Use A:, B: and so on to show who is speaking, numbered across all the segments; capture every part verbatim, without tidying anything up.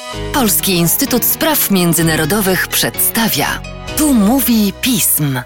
A: Polski Instytut Spraw Międzynarodowych przedstawia. Tu mówi pism.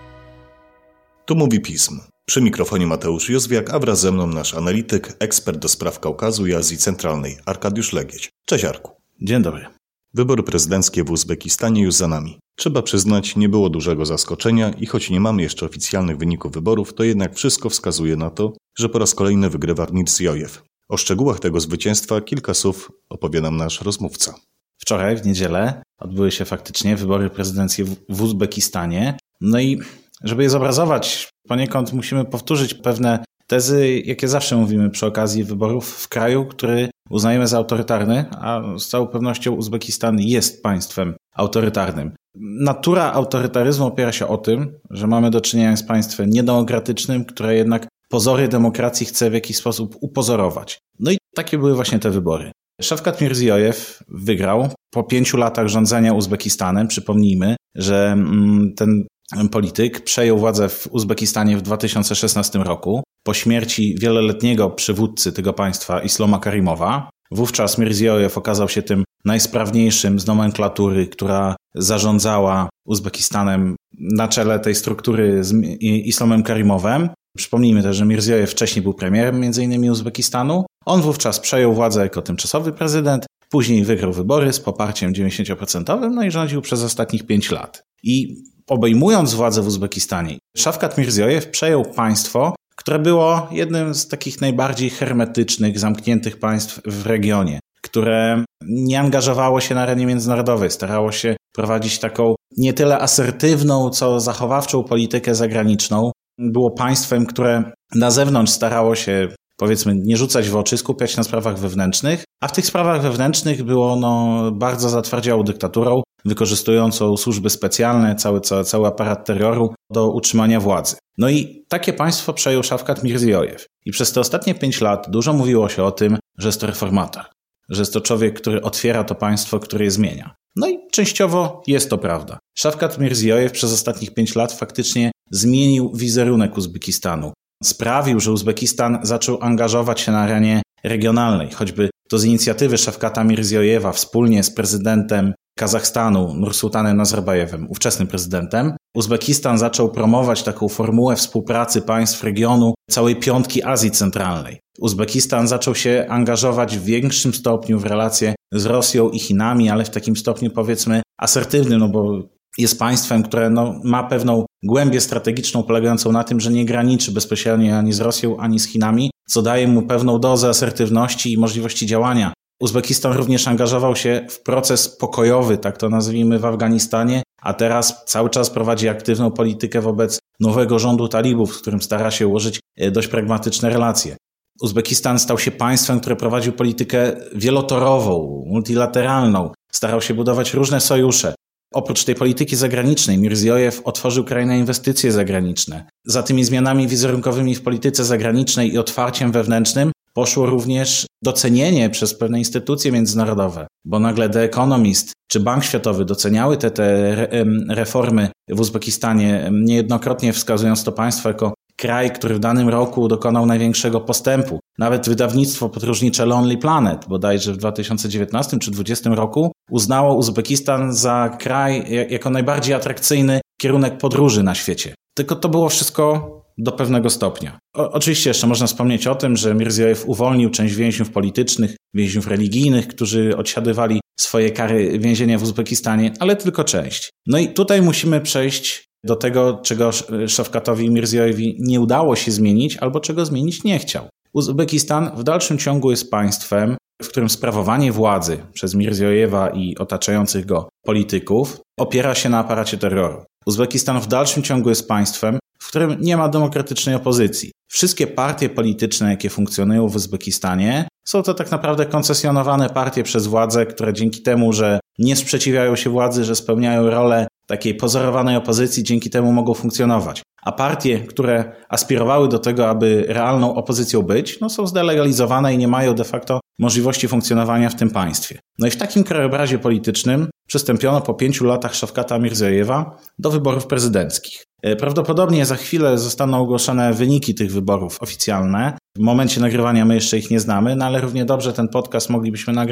B: Tu mówi pism. Przy mikrofonie Mateusz Józwiak, a wraz ze mną nasz analityk, ekspert do spraw Kaukazu i Azji Centralnej, Arkadiusz Legieć. Cześć Arku.
C: Dzień dobry.
B: Wybory prezydenckie w Uzbekistanie już za nami. Trzeba przyznać, nie było dużego zaskoczenia i choć nie mamy jeszcze oficjalnych wyników wyborów, to jednak wszystko wskazuje na to, że po raz kolejny wygrywa Mirziojew. O szczegółach tego zwycięstwa kilka słów opowie nam nasz rozmówca.
C: Wczoraj, w niedzielę, odbyły się faktycznie wybory prezydenckie w, w Uzbekistanie. No i żeby je zobrazować, poniekąd musimy powtórzyć pewne tezy, jakie zawsze mówimy przy okazji wyborów w kraju, który uznajemy za autorytarny, a z całą pewnością Uzbekistan jest państwem autorytarnym. Natura autorytaryzmu opiera się o tym, że mamy do czynienia z państwem niedemokratycznym, które jednak pozory demokracji chce w jakiś sposób upozorować. No i takie były właśnie te wybory. Szawkat Mirziojew wygrał po pięciu latach rządzenia Uzbekistanem. Przypomnijmy, że ten polityk przejął władzę w Uzbekistanie w dwa tysiące szesnastym roku po śmierci wieloletniego przywódcy tego państwa Isloma Karimowa. Wówczas Mirziojew okazał się tym najsprawniejszym z nomenklatury, która zarządzała Uzbekistanem na czele tej struktury z Islamem Karimowem. Przypomnijmy też, że Mirziojew wcześniej był premierem między innymi Uzbekistanu. On wówczas przejął władzę jako tymczasowy prezydent, później wygrał wybory z poparciem dziewięćdziesiąt procent, no i rządził przez ostatnich pięć lat. I obejmując władzę w Uzbekistanie, Szawkat Mirziojew przejął państwo, które było jednym z takich najbardziej hermetycznych, zamkniętych państw w regionie, które nie angażowało się na arenie międzynarodowej, starało się prowadzić taką nie tyle asertywną, co zachowawczą politykę zagraniczną. Było państwem, które na zewnątrz starało się, powiedzmy, nie rzucać w oczy, skupiać na sprawach wewnętrznych, a w tych sprawach wewnętrznych było ono bardzo zatwardziałą dyktaturą, wykorzystującą służby specjalne, cały, cały, cały aparat terroru do utrzymania władzy. No i takie państwo przejął Szawkat Mirziojew. I przez te ostatnie pięć lat dużo mówiło się o tym, że jest to reformator, że jest to człowiek, który otwiera to państwo, które je zmienia. No i częściowo jest to prawda. Szawkat Mirziojew przez ostatnich pięć lat faktycznie zmienił wizerunek Uzbekistanu. Sprawił, że Uzbekistan zaczął angażować się na arenie regionalnej, choćby to z inicjatywy Szawkata Mirziojewa wspólnie z prezydentem Kazachstanu Nursultanem Nazarbajewem, ówczesnym prezydentem. Uzbekistan zaczął promować taką formułę współpracy państw regionu całej piątki Azji Centralnej. Uzbekistan zaczął się angażować w większym stopniu w relacje z Rosją i Chinami, ale w takim stopniu, powiedzmy, asertywnym, no bo jest państwem, które no, ma pewną głębię strategiczną polegającą na tym, że nie graniczy bezpośrednio ani z Rosją, ani z Chinami, co daje mu pewną dozę asertywności i możliwości działania. Uzbekistan również angażował się w proces pokojowy, tak to nazwijmy, w Afganistanie, a teraz cały czas prowadzi aktywną politykę wobec nowego rządu talibów, z którym stara się ułożyć dość pragmatyczne relacje. Uzbekistan stał się państwem, które prowadził politykę wielotorową, multilateralną, starał się budować różne sojusze. Oprócz tej polityki zagranicznej Mirziojew otworzył kraj na inwestycje zagraniczne. Za tymi zmianami wizerunkowymi w polityce zagranicznej i otwarciem wewnętrznym poszło również docenienie przez pewne instytucje międzynarodowe, bo nagle The Economist czy Bank Światowy doceniały te, te reformy w Uzbekistanie, niejednokrotnie wskazując to państwo jako kraj, który w danym roku dokonał największego postępu. Nawet wydawnictwo podróżnicze Lonely Planet, bodajże w dwa tysiące dziewiętnastym czy dwa tysiące dwudziestym roku, uznało Uzbekistan za kraj jako najbardziej atrakcyjny kierunek podróży na świecie. Tylko to było wszystko do pewnego stopnia. O, oczywiście jeszcze można wspomnieć o tym, że Mirziojew uwolnił część więźniów politycznych, więźniów religijnych, którzy odsiadywali swoje kary więzienia w Uzbekistanie, ale tylko część. No i tutaj musimy przejść do tego, czego Szawkatowi Mirziojewowi nie udało się zmienić, albo czego zmienić nie chciał. Uzbekistan w dalszym ciągu jest państwem, w którym sprawowanie władzy przez Mirziojewa i otaczających go polityków opiera się na aparacie terroru. Uzbekistan w dalszym ciągu jest państwem, w którym nie ma demokratycznej opozycji. Wszystkie partie polityczne, jakie funkcjonują w Uzbekistanie, są to tak naprawdę koncesjonowane partie przez władzę, które dzięki temu, że nie sprzeciwiają się władzy, że spełniają rolę takiej pozorowanej opozycji, dzięki temu mogą funkcjonować. A partie, które aspirowały do tego, aby realną opozycją być, no są zdelegalizowane i nie mają de facto możliwości funkcjonowania w tym państwie. No i w takim krajobrazie politycznym przystąpiono po pięciu latach Szawkata Mirziojewa do wyborów prezydenckich. Prawdopodobnie za chwilę zostaną ogłoszone wyniki tych wyborów oficjalne. W momencie nagrywania my jeszcze ich nie znamy, no ale równie dobrze ten podcast moglibyśmy nagrać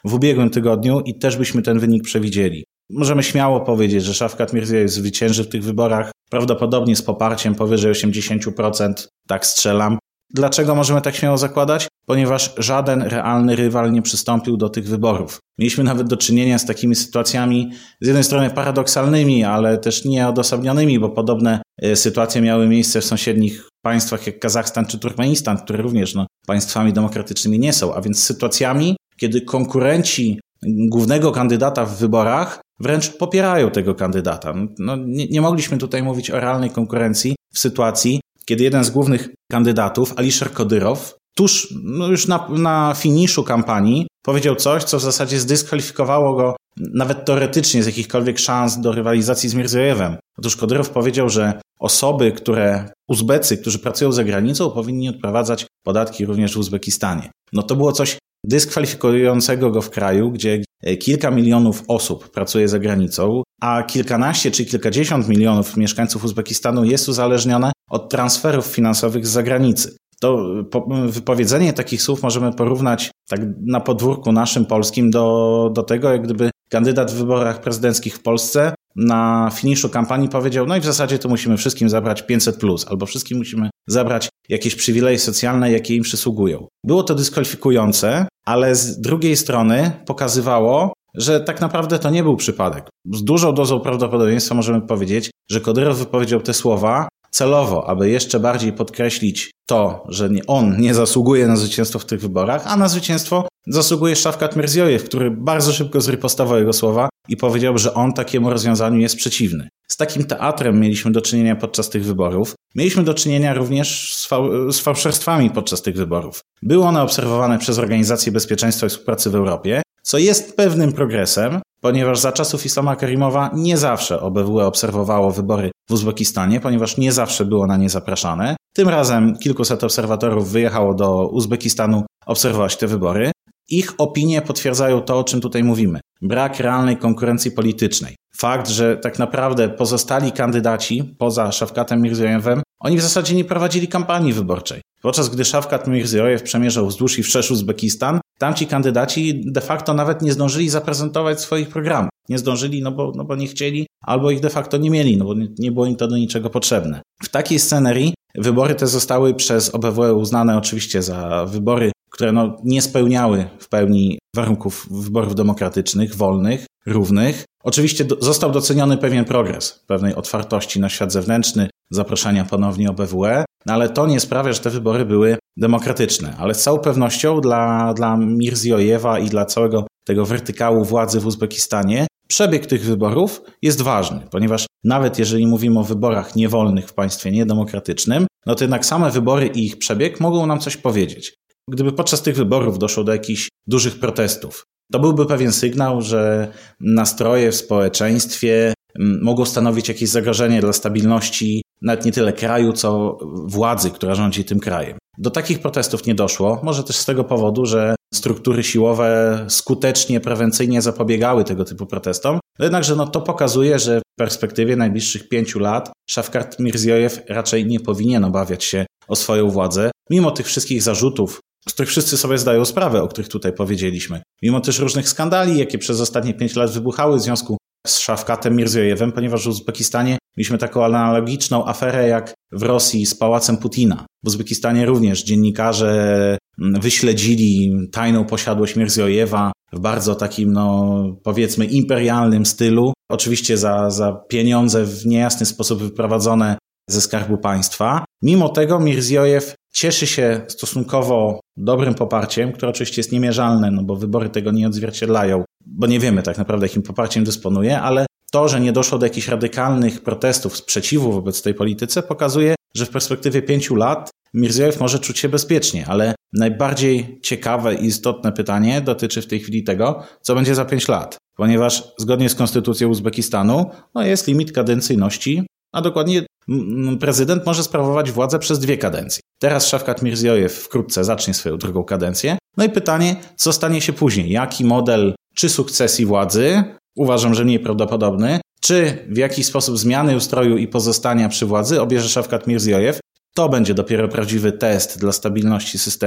C: w ubiegłym tygodniu i też byśmy ten wynik przewidzieli. Możemy śmiało powiedzieć, że Szawkat Mirziyoyev zwycięży w tych wyborach, prawdopodobnie z poparciem powyżej osiemdziesiąt procent, tak strzelam. Dlaczego możemy tak śmiało zakładać? Ponieważ żaden realny rywal nie przystąpił do tych wyborów. Mieliśmy nawet do czynienia z takimi sytuacjami z jednej strony paradoksalnymi, ale też nieodosobnionymi, bo podobne sytuacje miały miejsce w sąsiednich państwach jak Kazachstan czy Turkmenistan, które również no, państwami demokratycznymi nie są, a więc sytuacjami, kiedy konkurenci głównego kandydata w wyborach wręcz popierają tego kandydata. No, nie, nie mogliśmy tutaj mówić o realnej konkurencji w sytuacji, kiedy jeden z głównych kandydatów, Alisher Kodyrow, tuż no już na, na finiszu kampanii powiedział coś, co w zasadzie zdyskwalifikowało go nawet teoretycznie z jakichkolwiek szans do rywalizacji z Mirziojewem. Otóż Kodyrow powiedział, że osoby, które, Uzbecy, którzy pracują za granicą, powinni odprowadzać podatki również w Uzbekistanie. No to było coś dyskwalifikującego go w kraju, gdzie kilka milionów osób pracuje za granicą, a kilkanaście czy kilkadziesiąt milionów mieszkańców Uzbekistanu jest uzależnione od transferów finansowych z zagranicy. To wypowiedzenie takich słów możemy porównać tak na podwórku naszym polskim do, do tego, jak gdyby kandydat w wyborach prezydenckich w Polsce na finiszu kampanii powiedział, no i w zasadzie to musimy wszystkim zabrać pięćset plus, albo wszystkim musimy zabrać jakieś przywileje socjalne, jakie im przysługują. Było to dyskwalifikujące, ale z drugiej strony pokazywało, że tak naprawdę to nie był przypadek. Z dużą dozą prawdopodobieństwa możemy powiedzieć, że Kodyrow wypowiedział te słowa celowo, aby jeszcze bardziej podkreślić to, że nie, on nie zasługuje na zwycięstwo w tych wyborach, a na zwycięstwo zasługuje Szawkat Mirziyoyev, który bardzo szybko zripostował jego słowa i powiedział, że on takiemu rozwiązaniu jest przeciwny. Z takim teatrem mieliśmy do czynienia podczas tych wyborów. Mieliśmy do czynienia również z, fał- z fałszerstwami podczas tych wyborów. Były one obserwowane przez Organizację Bezpieczeństwa i Współpracy w Europie, co jest pewnym progresem, ponieważ za czasów Islama Karimowa nie zawsze O B W E obserwowało wybory w Uzbekistanie, ponieważ nie zawsze było na nie zapraszane. Tym razem kilkuset obserwatorów wyjechało do Uzbekistanu obserwować te wybory. Ich opinie potwierdzają to, o czym tutaj mówimy. Brak realnej konkurencji politycznej. Fakt, że tak naprawdę pozostali kandydaci poza Szawkatem Mirziojewem, oni w zasadzie nie prowadzili kampanii wyborczej. Podczas gdy Szawkat Mirziyoyev przemierzał wzdłuż i wszerz Uzbekistan, tamci kandydaci de facto nawet nie zdążyli zaprezentować swoich programów. Nie zdążyli, no bo, no bo nie chcieli, albo ich de facto nie mieli, no bo nie, nie było im to do niczego potrzebne. W takiej scenerii wybory te zostały przez O B W E uznane oczywiście za wybory, które no nie spełniały w pełni warunków wyborów demokratycznych, wolnych, równych. Oczywiście do, został doceniony pewien progres, pewnej otwartości na świat zewnętrzny, zaproszenia ponownie O B W E, no ale to nie sprawia, że te wybory były demokratyczne. Ale z całą pewnością dla, dla Mirziyoyewa i dla całego tego wertykału władzy w Uzbekistanie przebieg tych wyborów jest ważny, ponieważ nawet jeżeli mówimy o wyborach niewolnych w państwie niedemokratycznym, no to jednak same wybory i ich przebieg mogą nam coś powiedzieć. Gdyby podczas tych wyborów doszło do jakichś dużych protestów, to byłby pewien sygnał, że nastroje w społeczeństwie mogą stanowić jakieś zagrożenie dla stabilności nawet nie tyle kraju, co władzy, która rządzi tym krajem. Do takich protestów nie doszło, może też z tego powodu, że struktury siłowe skutecznie, prewencyjnie zapobiegały tego typu protestom. Jednakże no, to pokazuje, że w perspektywie najbliższych pięciu lat Szawkat Mirziyoyev raczej nie powinien obawiać się o swoją władzę, mimo tych wszystkich zarzutów, z których wszyscy sobie zdają sprawę, o których tutaj powiedzieliśmy. Mimo też różnych skandali, jakie przez ostatnie pięć lat wybuchały w związku z Szawkatem Mirziojewem, ponieważ w Uzbekistanie mieliśmy taką analogiczną aferę jak w Rosji z Pałacem Putina. W Uzbekistanie również dziennikarze wyśledzili tajną posiadłość Mirziyojewa w bardzo takim, no powiedzmy, imperialnym stylu. Oczywiście za, za pieniądze w niejasny sposób wyprowadzone ze skarbu państwa. Mimo tego Mirziyoyev cieszy się stosunkowo dobrym poparciem, które oczywiście jest niemierzalne, no bo wybory tego nie odzwierciedlają, bo nie wiemy tak naprawdę, jakim poparciem dysponuje, ale to, że nie doszło do jakichś radykalnych protestów, sprzeciwu wobec tej polityce, pokazuje, że w perspektywie pięciu lat Mirziyoyev może czuć się bezpiecznie, ale najbardziej ciekawe i istotne pytanie dotyczy w tej chwili tego, co będzie za pięć lat, ponieważ zgodnie z konstytucją Uzbekistanu no jest limit kadencyjności, a dokładnie prezydent może sprawować władzę przez dwie kadencje. Teraz Szawkat Mirziyoyev wkrótce zacznie swoją drugą kadencję. No i pytanie, co stanie się później? Jaki model czy sukcesji władzy? Uważam, że mniej prawdopodobny. Czy w jakiś sposób zmiany ustroju i pozostania przy władzy obierze Szawkat Mirziyoyev? To będzie dopiero prawdziwy test dla stabilności systemu.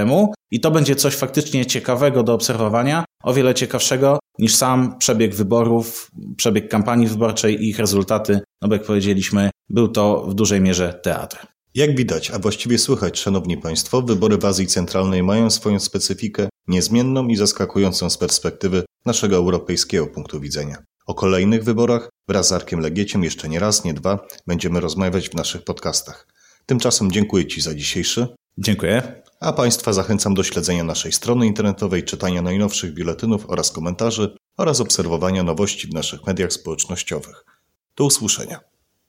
C: I to będzie coś faktycznie ciekawego do obserwowania, o wiele ciekawszego niż sam przebieg wyborów, przebieg kampanii wyborczej i ich rezultaty. No bo jak powiedzieliśmy, był to w dużej mierze teatr.
B: Jak widać, a właściwie słychać, szanowni państwo, wybory w Azji Centralnej mają swoją specyfikę, niezmienną i zaskakującą z perspektywy naszego europejskiego punktu widzenia. O kolejnych wyborach wraz z Arkiem Legieciem jeszcze nie raz, nie dwa będziemy rozmawiać w naszych podcastach. Tymczasem dziękuję Ci za dzisiejszy.
C: Dziękuję.
B: A Państwa zachęcam do śledzenia naszej strony internetowej, czytania najnowszych biuletynów oraz komentarzy oraz obserwowania nowości w naszych mediach społecznościowych. Do usłyszenia.